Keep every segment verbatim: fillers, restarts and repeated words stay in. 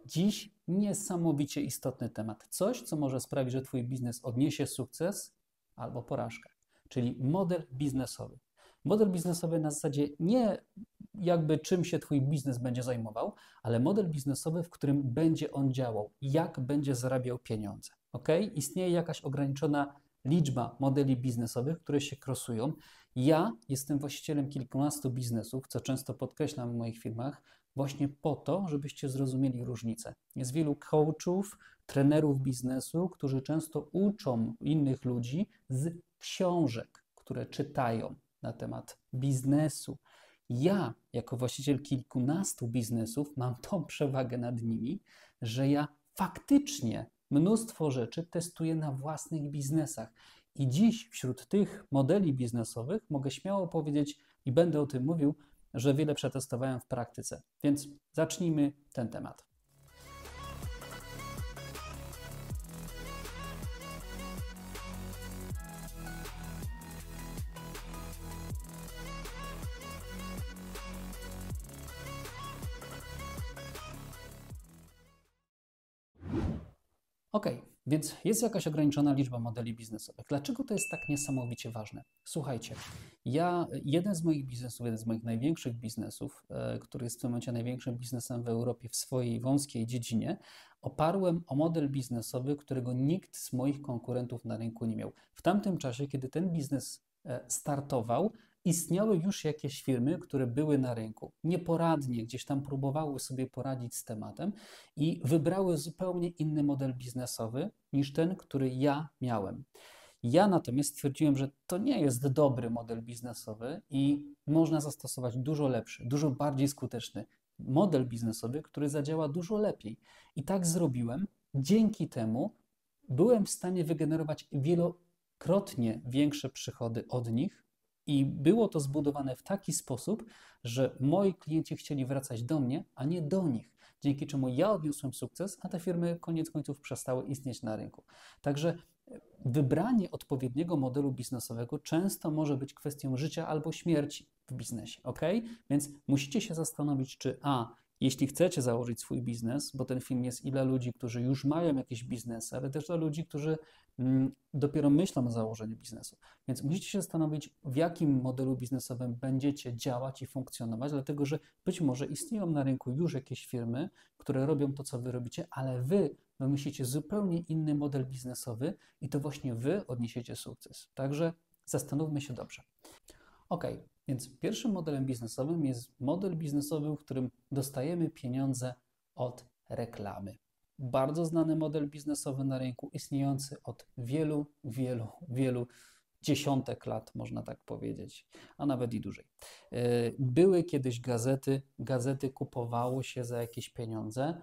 Dziś niesamowicie istotny temat. Coś, co może sprawić, że Twój biznes odniesie sukces albo porażkę, czyli model biznesowy. Model biznesowy na zasadzie nie jakby czym się Twój biznes będzie zajmował, ale model biznesowy, w którym będzie on działał, jak będzie zarabiał pieniądze. Ok? Istnieje jakaś ograniczona liczba modeli biznesowych, które się krosują. Ja jestem właścicielem kilkunastu biznesów, co często podkreślam w moich firmach, właśnie po to, żebyście zrozumieli różnicę. Jest wielu coachów, trenerów biznesu, którzy często uczą innych ludzi z książek, które czytają na temat biznesu. Ja, jako właściciel kilkunastu biznesów, mam tą przewagę nad nimi, że ja faktycznie mnóstwo rzeczy testuję na własnych biznesach. I dziś wśród tych modeli biznesowych mogę śmiało powiedzieć i będę o tym mówił, że wiele przetestowałem w praktyce. Więc zacznijmy ten temat. Ok, więc jest jakaś ograniczona liczba modeli biznesowych. Dlaczego to jest tak niesamowicie ważne? Słuchajcie, ja, jeden z moich biznesów, jeden z moich największych biznesów, e, który jest w tym momencie największym biznesem w Europie w swojej wąskiej dziedzinie, oparłem o model biznesowy, którego nikt z moich konkurentów na rynku nie miał. W tamtym czasie, kiedy ten biznes e, startował, istniały już jakieś firmy, które były na rynku, nieporadnie gdzieś tam próbowały sobie poradzić z tematem i wybrały zupełnie inny model biznesowy niż ten, który ja miałem. Ja natomiast stwierdziłem, że to nie jest dobry model biznesowy i można zastosować dużo lepszy, dużo bardziej skuteczny model biznesowy, który zadziała dużo lepiej. I tak zrobiłem. Dzięki temu byłem w stanie wygenerować wielokrotnie większe przychody od nich. I było to zbudowane w taki sposób, że moi klienci chcieli wracać do mnie, a nie do nich, dzięki czemu ja odniosłem sukces, a te firmy koniec końców przestały istnieć na rynku. Także wybranie odpowiedniego modelu biznesowego często może być kwestią życia albo śmierci w biznesie, ok? Więc musicie się zastanowić, czy a, jeśli chcecie założyć swój biznes, bo ten film jest i dla ludzi, którzy już mają jakieś biznesy, ale też dla ludzi, którzy mm, dopiero myślą o założeniu biznesu. Więc musicie się zastanowić, w jakim modelu biznesowym będziecie działać i funkcjonować, dlatego że być może istnieją na rynku już jakieś firmy, które robią to, co wy robicie, ale wy wymyślicie zupełnie inny model biznesowy i to właśnie wy odniesiecie sukces. Także zastanówmy się dobrze. Ok, więc pierwszym modelem biznesowym jest model biznesowy, w którym dostajemy pieniądze od reklamy. Bardzo znany model biznesowy na rynku, istniejący od wielu, wielu, wielu dziesiątek lat, można tak powiedzieć, a nawet i dłużej. Były kiedyś gazety, gazety kupowało się za jakieś pieniądze.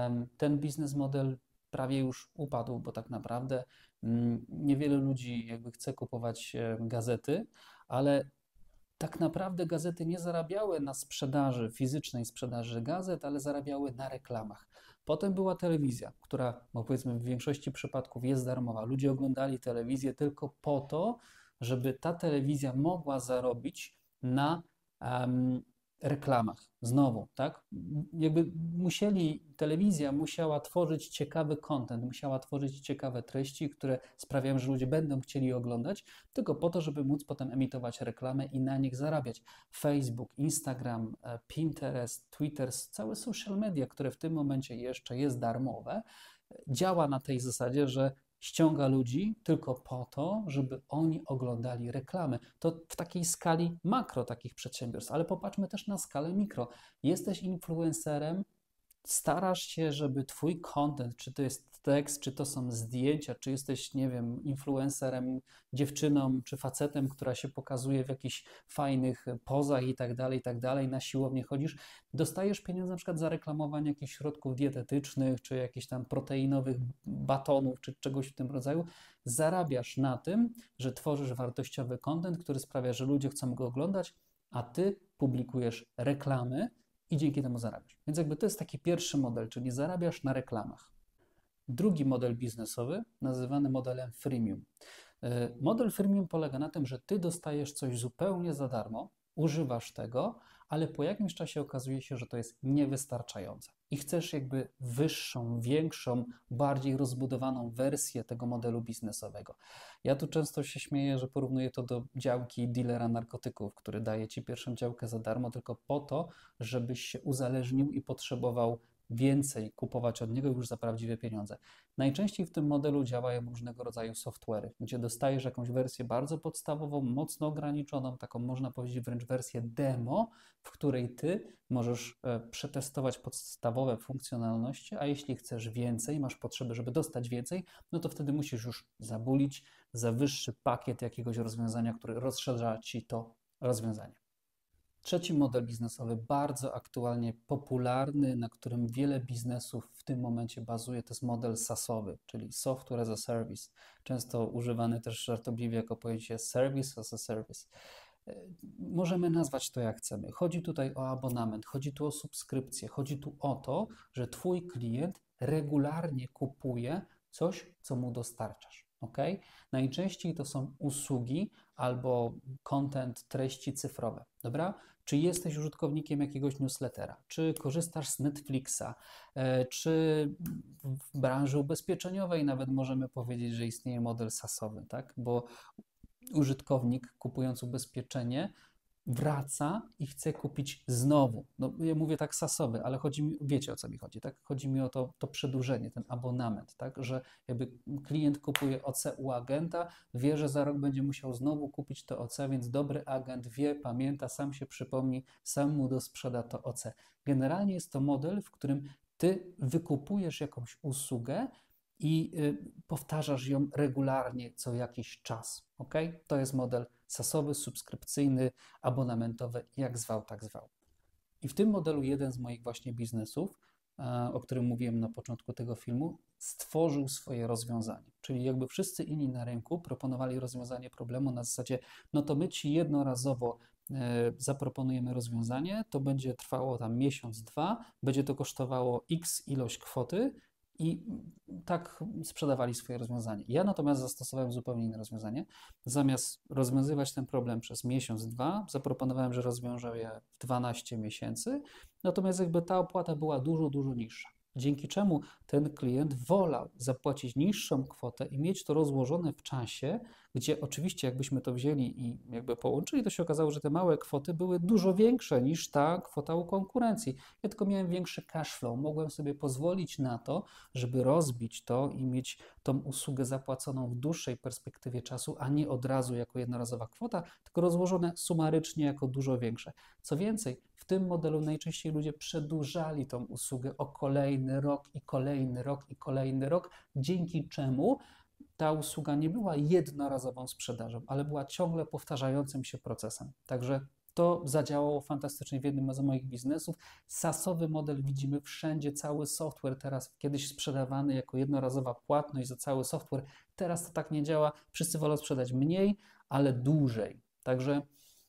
Ten biznes model prawie już upadł, bo tak naprawdę niewiele ludzi jakby chce kupować gazety, ale tak naprawdę gazety nie zarabiały na sprzedaży, fizycznej sprzedaży gazet, ale zarabiały na reklamach. Potem była telewizja, która, no powiedzmy, w większości przypadków jest darmowa. Ludzie oglądali telewizję tylko po to, żeby ta telewizja mogła zarobić na um, reklamach. Znowu, tak? Jakby musieli, telewizja musiała tworzyć ciekawy content, musiała tworzyć ciekawe treści, które sprawiają, że ludzie będą chcieli oglądać, tylko po to, żeby móc potem emitować reklamę i na nich zarabiać. Facebook, Instagram, Pinterest, Twitter, całe social media, które w tym momencie jeszcze jest darmowe, działa na tej zasadzie, że ściąga ludzi tylko po to, żeby oni oglądali reklamy. To w takiej skali makro takich przedsiębiorstw, ale popatrzmy też na skalę mikro. Jesteś influencerem, starasz się, żeby twój content, czy to jest tekst, czy to są zdjęcia, czy jesteś, nie wiem, influencerem, dziewczyną, czy facetem, która się pokazuje w jakichś fajnych pozach i tak dalej, i tak dalej, na siłownię chodzisz, dostajesz pieniądze na przykład za reklamowanie jakichś środków dietetycznych, czy jakichś tam proteinowych batonów, czy czegoś w tym rodzaju, zarabiasz na tym, że tworzysz wartościowy content, który sprawia, że ludzie chcą go oglądać, a ty publikujesz reklamy, i dzięki temu zarabiasz. Więc jakby to jest taki pierwszy model, czyli zarabiasz na reklamach. Drugi model biznesowy, nazywany modelem freemium. Model freemium polega na tym, że ty dostajesz coś zupełnie za darmo, używasz tego, ale po jakimś czasie okazuje się, że to jest niewystarczające i chcesz jakby wyższą, większą, bardziej rozbudowaną wersję tego modelu biznesowego. Ja tu często się śmieję, że porównuję to do działki dealera narkotyków, który daje ci pierwszą działkę za darmo tylko po to, żebyś się uzależnił i potrzebował więcej kupować od niego już za prawdziwe pieniądze. Najczęściej w tym modelu działają różnego rodzaju software'y, gdzie dostajesz jakąś wersję bardzo podstawową, mocno ograniczoną, taką można powiedzieć wręcz wersję demo, w której ty możesz e, przetestować podstawowe funkcjonalności, a jeśli chcesz więcej, masz potrzebę, żeby dostać więcej, no to wtedy musisz już zabulić za wyższy pakiet jakiegoś rozwiązania, który rozszerza ci to rozwiązanie. Trzeci model biznesowy, bardzo aktualnie popularny, na którym wiele biznesów w tym momencie bazuje, to jest model sasowy, czyli Software as a Service, często używany też żartobliwie jako pojęcie Service as a Service. Możemy nazwać to jak chcemy. Chodzi tutaj o abonament, chodzi tu o subskrypcję, chodzi tu o to, że Twój klient regularnie kupuje coś, co mu dostarczasz. Okay? Najczęściej to są usługi albo content, treści cyfrowe. Dobra? Czy jesteś użytkownikiem jakiegoś newslettera, czy korzystasz z Netflixa, czy w branży ubezpieczeniowej nawet możemy powiedzieć, że istnieje model sasowy, tak? Bo użytkownik kupując ubezpieczenie wraca i chce kupić znowu. No, ja mówię tak sasowy, ale chodzi mi, wiecie o co mi chodzi, tak? Chodzi mi o to, to przedłużenie, ten abonament, tak? Że jakby klient kupuje O C u agenta, wie, że za rok będzie musiał znowu kupić to O C, więc dobry agent wie, pamięta, sam się przypomni, sam mu dosprzeda to O C. Generalnie jest to model, w którym ty wykupujesz jakąś usługę i y, powtarzasz ją regularnie co jakiś czas. Ok? To jest model sasowy, subskrypcyjny, abonamentowy, jak zwał, tak zwał. I w tym modelu jeden z moich właśnie biznesów, e, o którym mówiłem na początku tego filmu, stworzył swoje rozwiązanie. Czyli jakby wszyscy inni na rynku proponowali rozwiązanie problemu na zasadzie, no to my ci jednorazowo e, zaproponujemy rozwiązanie, to będzie trwało tam miesiąc, dwa, będzie to kosztowało X ilość kwoty, i tak sprzedawali swoje rozwiązanie. Ja natomiast zastosowałem zupełnie inne rozwiązanie. Zamiast rozwiązywać ten problem przez miesiąc, dwa, zaproponowałem, że rozwiążę je w dwanaście miesięcy, natomiast jakby ta opłata była dużo, dużo niższa. Dzięki czemu ten klient wolał zapłacić niższą kwotę i mieć to rozłożone w czasie, gdzie oczywiście jakbyśmy to wzięli i jakby połączyli, to się okazało, że te małe kwoty były dużo większe niż ta kwota u konkurencji. Ja tylko miałem większy cash flow, mogłem sobie pozwolić na to, żeby rozbić to i mieć tą usługę zapłaconą w dłuższej perspektywie czasu, a nie od razu jako jednorazowa kwota, tylko rozłożone sumarycznie jako dużo większe. Co więcej, w tym modelu najczęściej ludzie przedłużali tą usługę o kolejny rok i kolejny rok i kolejny rok, dzięki czemu ta usługa nie była jednorazową sprzedażą, ale była ciągle powtarzającym się procesem. Także to zadziałało fantastycznie w jednym z moich biznesów. sasowy model widzimy wszędzie, cały software teraz kiedyś sprzedawany jako jednorazowa płatność za cały software. Teraz to tak nie działa. Wszyscy wolą sprzedać mniej, ale dłużej. Także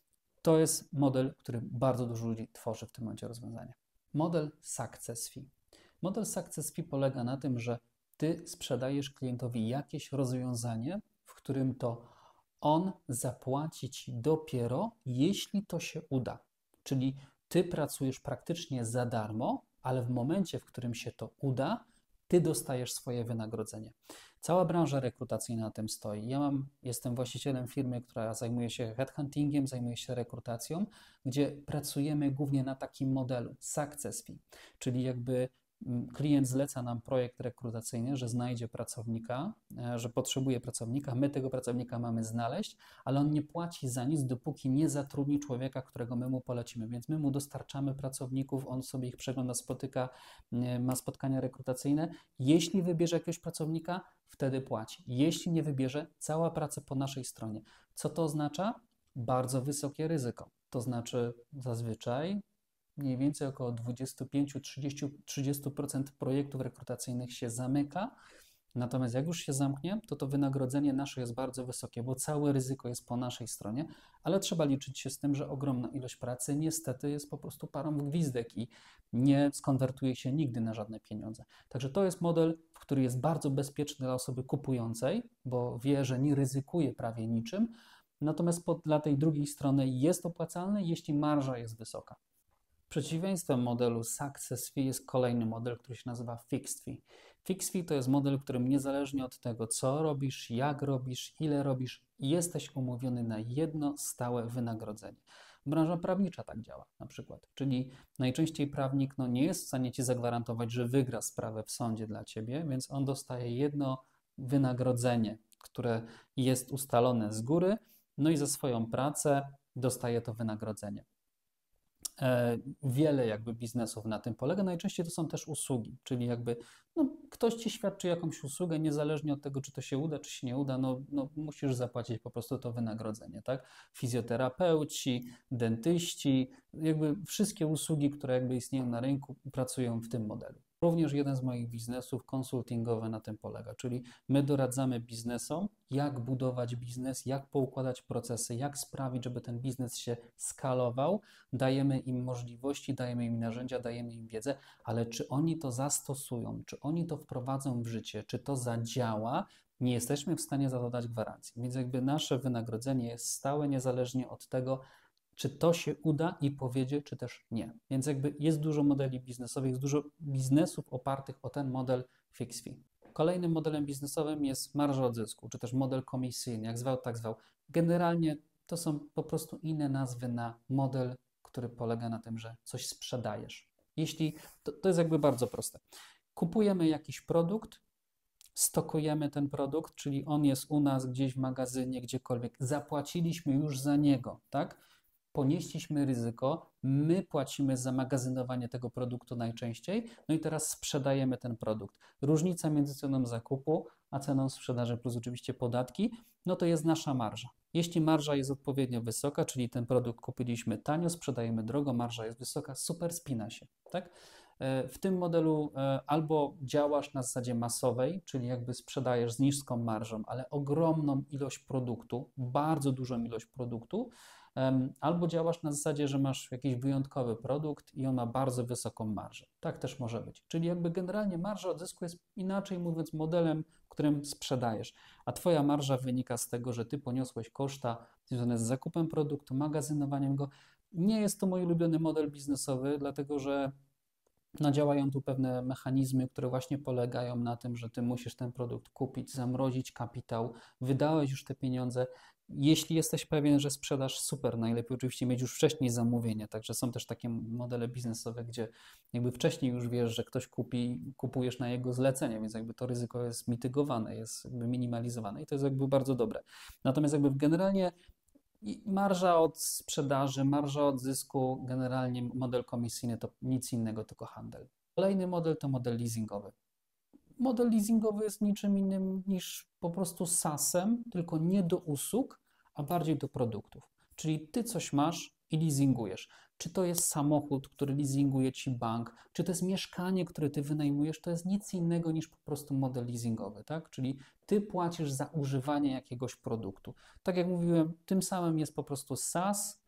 to jest model, który bardzo dużo ludzi tworzy w tym momencie rozwiązania. Model Success Fee. Model Success Fee polega na tym, że ty sprzedajesz klientowi jakieś rozwiązanie, w którym to on zapłaci ci dopiero, jeśli to się uda. Czyli ty pracujesz praktycznie za darmo, ale w momencie, w którym się to uda, ty dostajesz swoje wynagrodzenie. Cała branża rekrutacyjna na tym stoi. Ja mam, jestem właścicielem firmy, która zajmuje się headhuntingiem, zajmuje się rekrutacją, gdzie pracujemy głównie na takim modelu Success Fee, czyli jakby klient zleca nam projekt rekrutacyjny, że znajdzie pracownika, że potrzebuje pracownika, my tego pracownika mamy znaleźć, ale on nie płaci za nic, dopóki nie zatrudni człowieka, którego my mu polecimy. Więc my mu dostarczamy pracowników, on sobie ich przegląda, spotyka, ma spotkania rekrutacyjne. Jeśli wybierze jakiegoś pracownika, wtedy płaci. Jeśli nie wybierze, cała praca po naszej stronie. Co to oznacza? Bardzo wysokie ryzyko. To znaczy zazwyczaj mniej więcej około dwadzieścia pięć do trzydziestu procent projektów rekrutacyjnych się zamyka, natomiast jak już się zamknie, to to wynagrodzenie nasze jest bardzo wysokie, bo całe ryzyko jest po naszej stronie, ale trzeba liczyć się z tym, że ogromna ilość pracy niestety jest po prostu parą gwizdek i nie skonwertuje się nigdy na żadne pieniądze. Także to jest model, który jest bardzo bezpieczny dla osoby kupującej, bo wie, że nie ryzykuje prawie niczym, natomiast pod, dla tej drugiej strony jest opłacalny, jeśli marża jest wysoka. Przeciwieństwem modelu Success Fee jest kolejny model, który się nazywa Fixed Fee. Fixed Fee to jest model, w którym niezależnie od tego, co robisz, jak robisz, ile robisz, jesteś umówiony na jedno stałe wynagrodzenie. Branża prawnicza tak działa na przykład, czyli najczęściej prawnik no, nie jest w stanie ci zagwarantować, że wygra sprawę w sądzie dla ciebie, więc on dostaje jedno wynagrodzenie, które jest ustalone z góry, no i za swoją pracę dostaje to wynagrodzenie. Wiele jakby biznesów na tym polega. Najczęściej to są też usługi, czyli jakby no, ktoś ci świadczy jakąś usługę, niezależnie od tego, czy to się uda, czy się nie uda, no, no musisz zapłacić po prostu to wynagrodzenie, tak? Fizjoterapeuci, dentyści, jakby wszystkie usługi, które jakby istnieją na rynku, pracują w tym modelu. Również jeden z moich biznesów konsultingowy na tym polega, czyli my doradzamy biznesom, jak budować biznes, jak poukładać procesy, jak sprawić, żeby ten biznes się skalował. Dajemy im możliwości, dajemy im narzędzia, dajemy im wiedzę, ale czy oni to zastosują, czy oni to wprowadzą w życie, czy to zadziała, nie jesteśmy w stanie za to dać gwarancji. Więc jakby nasze wynagrodzenie jest stałe, niezależnie od tego, czy to się uda i powiedzie, czy też nie. Więc jakby jest dużo modeli biznesowych, jest dużo biznesów opartych o ten model fixed fee. Kolejnym modelem biznesowym jest marża odzysku, czy też model komisyjny, jak zwał, tak zwał. Generalnie to są po prostu inne nazwy na model, który polega na tym, że coś sprzedajesz. Jeśli, to, to jest jakby bardzo proste. Kupujemy jakiś produkt, stokujemy ten produkt, czyli on jest u nas gdzieś w magazynie, gdziekolwiek, zapłaciliśmy już za niego, tak? Ponieśliśmy ryzyko, my płacimy za magazynowanie tego produktu najczęściej, no i teraz sprzedajemy ten produkt. Różnica między ceną zakupu a ceną sprzedaży plus oczywiście podatki, no to jest nasza marża. Jeśli marża jest odpowiednio wysoka, czyli ten produkt kupiliśmy tanio, sprzedajemy drogo, marża jest wysoka, super, spina się, tak? W tym modelu albo działasz na zasadzie masowej, czyli jakby sprzedajesz z niską marżą, ale ogromną ilość produktu, bardzo dużą ilość produktu, albo działasz na zasadzie, że masz jakiś wyjątkowy produkt i on ma bardzo wysoką marżę. Tak też może być. Czyli jakby generalnie marża odzysku jest, inaczej mówiąc, modelem, w którym sprzedajesz, a twoja marża wynika z tego, że ty poniosłeś koszta związane z zakupem produktu, magazynowaniem go. Nie jest to mój ulubiony model biznesowy, dlatego że no, działają tu pewne mechanizmy, które właśnie polegają na tym, że ty musisz ten produkt kupić, zamrozić kapitał, wydałeś już te pieniądze. Jeśli jesteś pewien, że sprzedasz, super, najlepiej oczywiście mieć już wcześniej zamówienie, także są też takie modele biznesowe, gdzie jakby wcześniej już wiesz, że ktoś kupi, kupujesz na jego zlecenie, więc jakby to ryzyko jest mitygowane, jest jakby minimalizowane i to jest jakby bardzo dobre. Natomiast jakby generalnie marża od sprzedaży, marża od zysku, generalnie model komisyjny to nic innego, tylko handel. Kolejny model to model leasingowy. Model leasingowy jest niczym innym niż po prostu SaaS-em, tylko nie do usług, a bardziej do produktów. Czyli ty coś masz i leasingujesz. Czy to jest samochód, który leasinguje ci bank, czy to jest mieszkanie, które ty wynajmujesz, to jest nic innego niż po prostu model leasingowy, tak? Czyli ty płacisz za używanie jakiegoś produktu. Tak jak mówiłem, tym samym jest po prostu SaaS,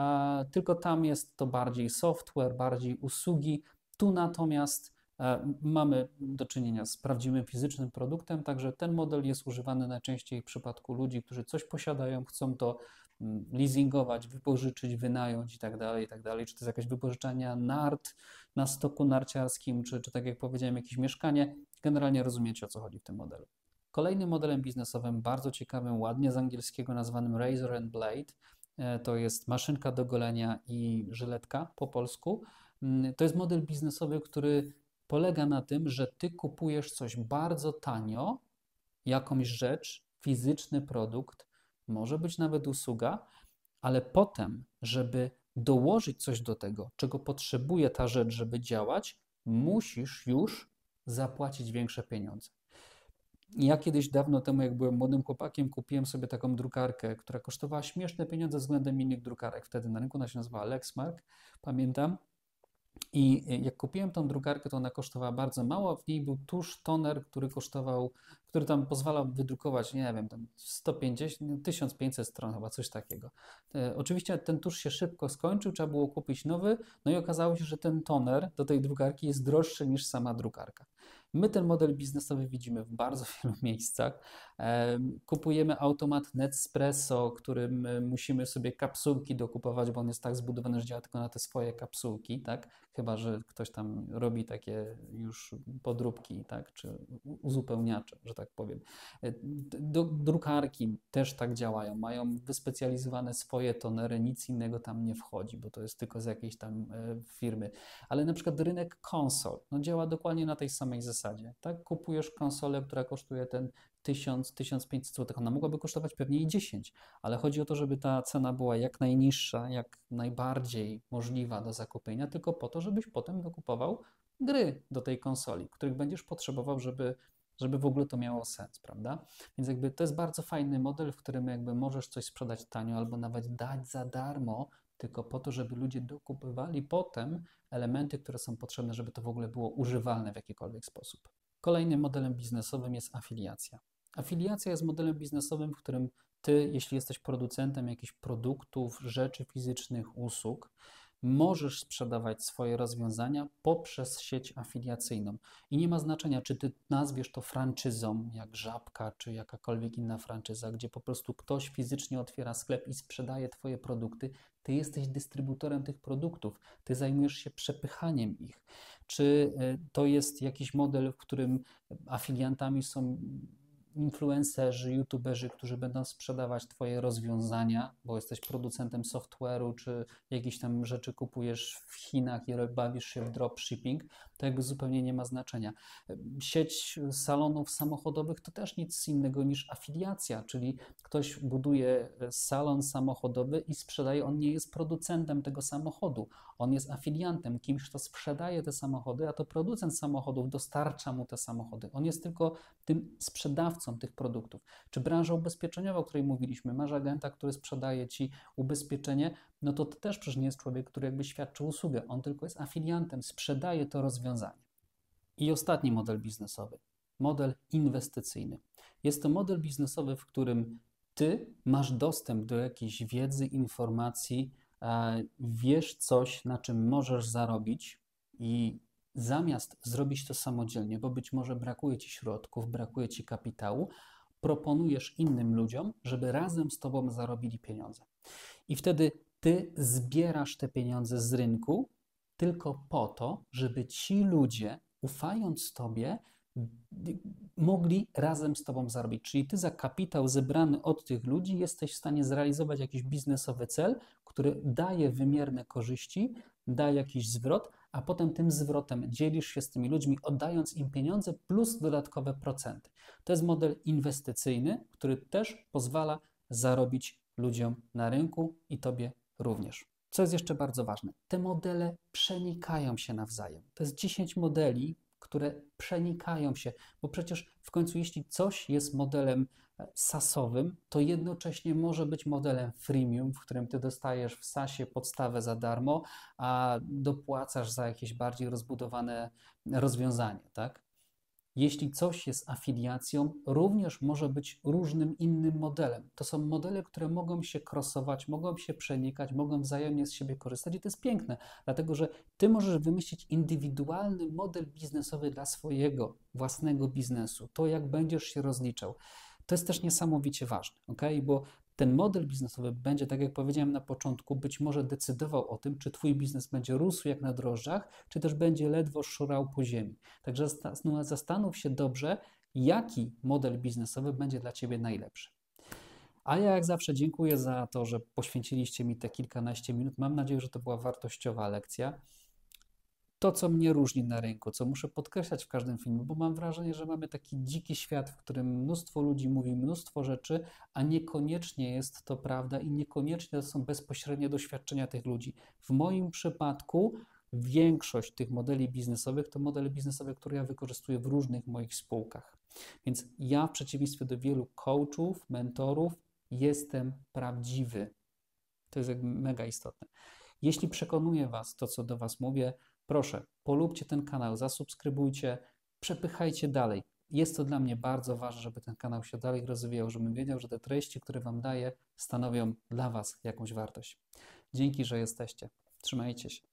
a tylko tam jest to bardziej software, bardziej usługi. Tu natomiast mamy do czynienia z prawdziwym fizycznym produktem, także ten model jest używany najczęściej w przypadku ludzi, którzy coś posiadają, chcą to leasingować, wypożyczyć, wynająć i tak dalej, i tak dalej. Czy to jest jakaś wypożyczania nart na stoku narciarskim, czy, czy tak jak powiedziałem, jakieś mieszkanie. Generalnie rozumiecie, o co chodzi w tym modelu. Kolejnym modelem biznesowym, bardzo ciekawym, ładnie z angielskiego nazwanym Razor and Blade, to jest maszynka do golenia i żyletka po polsku. To jest model biznesowy, który polega na tym, że ty kupujesz coś bardzo tanio, jakąś rzecz, fizyczny produkt, może być nawet usługa, ale potem, żeby dołożyć coś do tego, czego potrzebuje ta rzecz, żeby działać, musisz już zapłacić większe pieniądze. Ja kiedyś dawno temu, jak byłem młodym chłopakiem, kupiłem sobie taką drukarkę, która kosztowała śmieszne pieniądze względem innych drukarek. Wtedy na rynku ona się nazywała Lexmark, pamiętam. I jak kupiłem tą drukarkę, to ona kosztowała bardzo mało, w niej był tusz toner, który kosztował, który tam pozwalał wydrukować, nie wiem, tam sto pięćdziesiąt, tysiąc pięćset stron, chyba coś takiego. E, oczywiście ten tusz się szybko skończył, trzeba było kupić nowy, no i okazało się, że ten toner do tej drukarki jest droższy niż sama drukarka. My ten model biznesowy widzimy w bardzo wielu miejscach. E, Kupujemy automat Nespresso, którym e, musimy sobie kapsułki dokupować, bo on jest tak zbudowany, że działa tylko na te swoje kapsułki, tak? Chyba że ktoś tam robi takie już podróbki, tak? Czy u- uzupełniacze, że tak powiem. E, Do, drukarki też tak działają. Mają wyspecjalizowane swoje tonery, nic innego tam nie wchodzi, bo to jest tylko z jakiejś tam e, firmy. Ale na przykład rynek konsol no działa dokładnie na tej samej zasadzie. Tak? Kupujesz konsolę, która kosztuje ten tysiąc, tysiąc pięćset złotych. Ona mogłaby kosztować pewnie i dziesięć, ale chodzi o to, żeby ta cena była jak najniższa, jak najbardziej możliwa do zakupienia, tylko po to, żebyś potem dokupował gry do tej konsoli, których będziesz potrzebował, żeby żeby w ogóle to miało sens, prawda? Więc jakby to jest bardzo fajny model, w którym jakby możesz coś sprzedać tanio albo nawet dać za darmo, tylko po to, żeby ludzie dokupywali potem elementy, które są potrzebne, żeby to w ogóle było używalne w jakikolwiek sposób. Kolejnym modelem biznesowym jest afiliacja. Afiliacja jest modelem biznesowym, w którym ty, jeśli jesteś producentem jakichś produktów, rzeczy fizycznych, usług, możesz sprzedawać swoje rozwiązania poprzez sieć afiliacyjną. I nie ma znaczenia, czy ty nazwiesz to franczyzą, jak Żabka, czy jakakolwiek inna franczyza, gdzie po prostu ktoś fizycznie otwiera sklep i sprzedaje twoje produkty. Ty jesteś dystrybutorem tych produktów, ty zajmujesz się przepychaniem ich. Czy e, to jest jakiś model, w którym afiliantami są influencerzy, youtuberzy, którzy będą sprzedawać twoje rozwiązania, bo jesteś producentem software'u, czy jakieś tam rzeczy kupujesz w Chinach i bawisz się w dropshipping, to jakby zupełnie nie ma znaczenia. Sieć salonów samochodowych to też nic innego niż afiliacja, czyli ktoś buduje salon samochodowy i sprzedaje, on nie jest producentem tego samochodu, on jest afiliantem, kimś, kto sprzedaje te samochody, a to producent samochodów dostarcza mu te samochody. On jest tylko tym sprzedawcą tych produktów. Czy branża ubezpieczeniowa, o której mówiliśmy, masz agenta, który sprzedaje ci ubezpieczenie, no to to też przecież nie jest człowiek, który jakby świadczy usługę, on tylko jest afiliantem, sprzedaje to rozwiązanie. I ostatni model biznesowy, model inwestycyjny. Jest to model biznesowy, w którym ty masz dostęp do jakiejś wiedzy, informacji, e, wiesz coś, na czym możesz zarobić i zamiast zrobić to samodzielnie, bo być może brakuje ci środków, brakuje ci kapitału, proponujesz innym ludziom, żeby razem z tobą zarobili pieniądze. I wtedy ty zbierasz te pieniądze z rynku tylko po to, żeby ci ludzie, ufając tobie, mogli razem z tobą zarobić. Czyli ty za kapitał zebrany od tych ludzi jesteś w stanie zrealizować jakiś biznesowy cel, który daje wymierne korzyści, daje jakiś zwrot, a potem tym zwrotem dzielisz się z tymi ludźmi, oddając im pieniądze plus dodatkowe procenty. To jest model inwestycyjny, który też pozwala zarobić ludziom na rynku i tobie również. Co jest jeszcze bardzo ważne? Te modele przenikają się nawzajem. To jest dziesięć modeli, które przenikają się, bo przecież w końcu jeśli coś jest modelem SaaS-owym, to jednocześnie może być modelem freemium, w którym ty dostajesz w SaaSie podstawę za darmo, a dopłacasz za jakieś bardziej rozbudowane rozwiązanie, tak? Jeśli coś jest afiliacją, również może być różnym innym modelem. To są modele, które mogą się crossować, mogą się przenikać, mogą wzajemnie z siebie korzystać i to jest piękne, dlatego że ty możesz wymyślić indywidualny model biznesowy dla swojego własnego biznesu, to jak będziesz się rozliczał. To jest też niesamowicie ważne, ok? Bo ten model biznesowy będzie, tak jak powiedziałem na początku, być może decydował o tym, czy twój biznes będzie rósł jak na drożdżach, czy też będzie ledwo szurał po ziemi. Także zastanów się dobrze, jaki model biznesowy będzie dla ciebie najlepszy. A ja jak zawsze dziękuję za to, że poświęciliście mi te kilkanaście minut. Mam nadzieję, że to była wartościowa lekcja. To, co mnie różni na rynku, co muszę podkreślać w każdym filmie, bo mam wrażenie, że mamy taki dziki świat, w którym mnóstwo ludzi mówi mnóstwo rzeczy, a niekoniecznie jest to prawda i niekoniecznie to są bezpośrednie doświadczenia tych ludzi. W moim przypadku większość tych modeli biznesowych to modele biznesowe, które ja wykorzystuję w różnych moich spółkach. Więc ja w przeciwieństwie do wielu coachów, mentorów jestem prawdziwy. To jest mega istotne. Jeśli przekonuje Was to, co do Was mówię, proszę, polubcie ten kanał, zasubskrybujcie, przepychajcie dalej. Jest to dla mnie bardzo ważne, żeby ten kanał się dalej rozwijał, żebym wiedział, że te treści, które Wam daję, stanowią dla Was jakąś wartość. Dzięki, że jesteście. Trzymajcie się.